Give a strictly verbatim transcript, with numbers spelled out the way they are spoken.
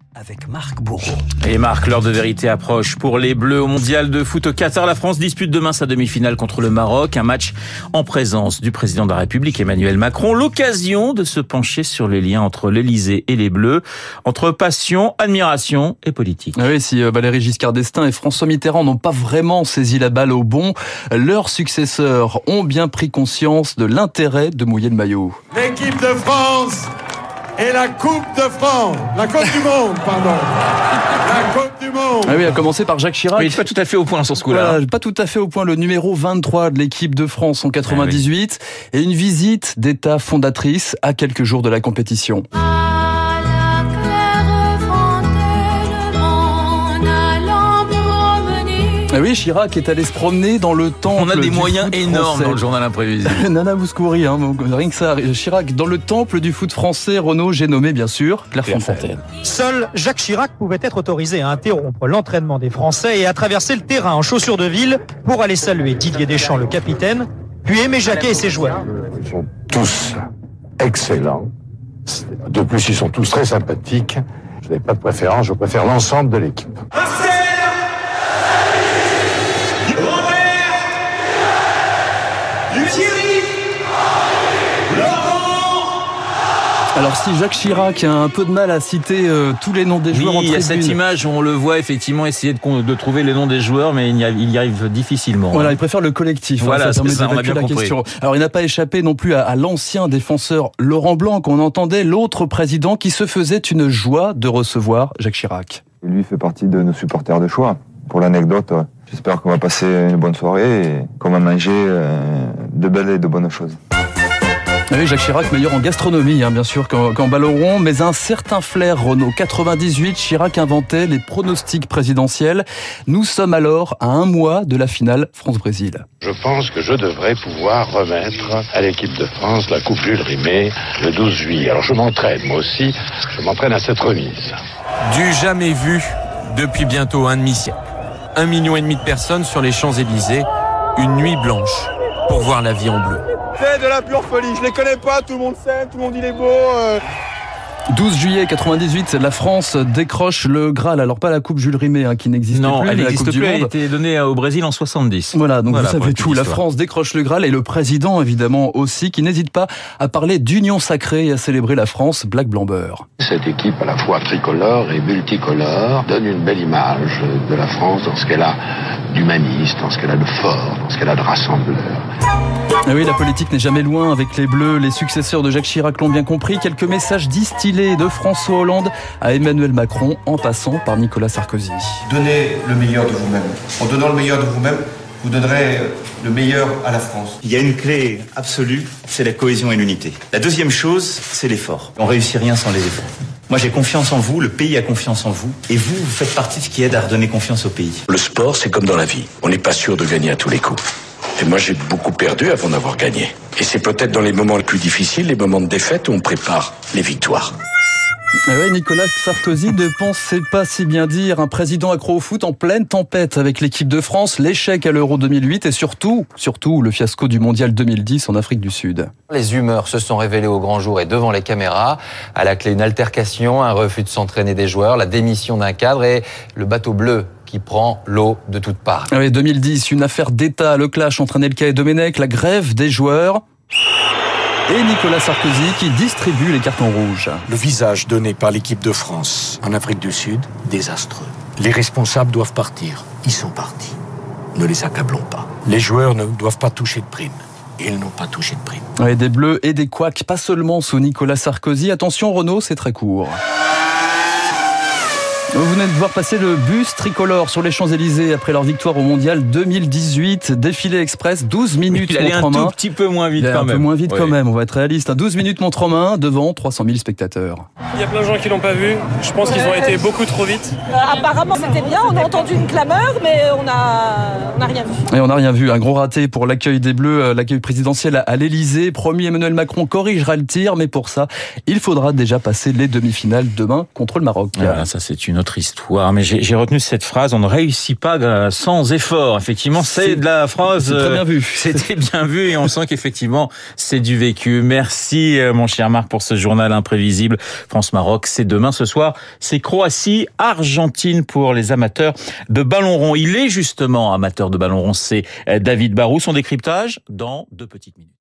avec Marc Bourreau. Et Marc, l'heure de vérité approche pour les Bleus au mondial de foot au Qatar. La France dispute demain sa demi-finale contre le Maroc. Un match en présence du président de la République, Emmanuel Macron. L'occasion de se pencher sur les liens entre l'Elysée et les Bleus, entre passion, admiration et politique. Oui, si Valéry Giscard d'Estaing et François Mitterrand n'ont pas vraiment saisi la balle au bon, leurs successeurs ont bien pris conscience de l'intérêt de mouiller le maillot. L'équipe de France et la Coupe de France, la Coupe du Monde, pardon, la Coupe du Monde. Ah oui, à commencer par Jacques Chirac. Oui, pas tout à fait au point sur ce coup-là. Voilà, pas tout à fait au point, le numéro vingt-trois de l'équipe de France en quatre-vingt-dix-huit, ah oui. Et une visite d'État fondatrice à quelques jours de la compétition. Ah oui, Chirac est allé se promener dans le temple. On a des du moyens énormes français. dans le journal imprévisible. Nana Mouskouri, hein, rien que ça. Chirac, dans le temple du foot français, Renaud, j'ai nommé bien sûr Claire, Claire Fontaine. Fontaine. Seul Jacques Chirac pouvait être autorisé à interrompre l'entraînement des Français et à traverser le terrain en chaussures de ville pour aller saluer Didier Deschamps, le capitaine, puis Aimé Jacquet et ses joueurs. Ils sont tous excellents. De plus, ils sont tous très sympathiques. Je n'ai pas de préférence, je préfère l'ensemble de l'équipe. Alors si Jacques Chirac a un peu de mal à citer euh, tous les noms des joueurs oui, en tribune. Il y a cette image où on le voit effectivement essayer de, de trouver les noms des joueurs, mais il y, a, il y arrive difficilement. Voilà, hein. il préfère le collectif. Voilà, hein, ça permet ça, d'évacuer la question. Alors il n'a pas échappé non plus à, à l'ancien défenseur Laurent Blanc, qu'on entendait, l'autre président qui se faisait une joie de recevoir Jacques Chirac. Et lui fait partie de nos supporters de choix. Pour l'anecdote, j'espère qu'on va passer une bonne soirée et qu'on va manger de belles et de bonnes choses. Oui, Jacques Chirac, meilleur en gastronomie, hein, bien sûr, qu'en, qu'en ballon rond, mais un certain flair, Renaud. quatre-vingt-dix-huit, Chirac inventait les pronostics présidentiels. Nous sommes alors à un mois de la finale France-Brésil. Je pense que je devrais pouvoir remettre à l'équipe de France la coupe Jules Rimet le douze juillet. Alors je m'entraîne, moi aussi, je m'entraîne à cette remise. Du jamais vu depuis bientôt un demi-siècle. Un million et demi de personnes sur les Champs-Élysées, une nuit blanche pour voir la vie en bleu. C'est de la pure folie, je les connais pas, tout le monde s'aime, tout le monde il est beau. Euh... douze juillet quatre-vingt-dix-huit, la France décroche le Graal. Alors pas la coupe Jules Rimet hein, qui n'existe non, plus. Non, elle n'existe plus, elle a été donnée au Brésil en soixante-dix. Voilà, donc voilà, vous savez tout. La France décroche le Graal et le président évidemment aussi, qui n'hésite pas à parler d'union sacrée et à célébrer la France black blanc beurre. Cette équipe à la fois tricolore et multicolore donne une belle image de la France dans ce qu'elle a d'humaniste, dans ce qu'elle a de fort, dans ce qu'elle a de rassembleur. Ah oui, la politique n'est jamais loin avec les Bleus. Les successeurs de Jacques Chirac l'ont bien compris. Quelques messages distillés de François Hollande à Emmanuel Macron en passant par Nicolas Sarkozy. Donnez le meilleur de vous-même. En donnant le meilleur de vous-même, vous donnerez le meilleur à la France. Il y a une clé absolue, c'est la cohésion et l'unité. La deuxième chose, c'est l'effort. On réussit rien sans les efforts. Moi, j'ai confiance en vous, le pays a confiance en vous, et vous, vous faites partie de ce qui aide à redonner confiance au pays. Le sport, c'est comme dans la vie. On n'est pas sûr de gagner à tous les coups. Et moi, j'ai beaucoup perdu avant d'avoir gagné. Et c'est peut-être dans les moments les plus difficiles, les moments de défaite, où on prépare les victoires. Ah ouais, Nicolas Sarkozy ne pensait pas si bien dire. Un président accro au foot en pleine tempête avec l'équipe de France, l'échec à l'Euro deux mille huit et surtout, surtout le fiasco du Mondial deux mille dix en Afrique du Sud. Les humeurs se sont révélées au grand jour et devant les caméras. À la clé, une altercation, un refus de s'entraîner des joueurs, la démission d'un cadre et le bateau bleu qui prend l'eau de toutes parts. Ah oui, deux mille dix, une affaire d'État, le clash entre Anelka et Domenech, la grève des joueurs et Nicolas Sarkozy qui distribue les cartons rouges. Le visage donné par l'équipe de France en Afrique du Sud, désastreux. Les responsables doivent partir. Ils sont partis. Ne les accablons pas. Les joueurs ne doivent pas toucher de prime. Ils n'ont pas touché de prime. Ouais, des bleus et des couacs, pas seulement sous Nicolas Sarkozy. Attention Renaud, c'est très court. Vous venez de voir passer le bus tricolore sur les Champs-Élysées après leur victoire au Mondial deux mille dix-huit. Défilé express, douze minutes montre en main. Il allait un tout petit peu moins vite quand même. Un peu moins vite oui. quand même, on va être réaliste. douze minutes montre en main devant trois cent mille spectateurs. Il y a plein de gens qui l'ont pas vu. Je pense qu'ils ont été beaucoup trop vite. Euh, apparemment c'était bien, on a entendu une clameur, mais on a, on a rien vu. Et on n'a rien vu. Un gros raté pour l'accueil des Bleus, l'accueil présidentiel à l'Elysée. Promis, Emmanuel Macron corrigera le tir, mais pour ça, il faudra déjà passer les demi-finales demain contre le Maroc. Voilà, ça c'est une une autre histoire. Mais j'ai, j'ai retenu cette phrase, on ne réussit pas sans effort. Effectivement, c'est, c'est de la phrase... C'est très bien vu. C'était bien vu et on sent qu'effectivement, c'est du vécu. Merci, mon cher Marc, pour ce journal imprévisible. France-Maroc, c'est demain. Ce soir, c'est Croatie-Argentine pour les amateurs de ballon rond. Il est justement amateur de ballon rond, c'est David Barrou. Son décryptage dans deux petites minutes.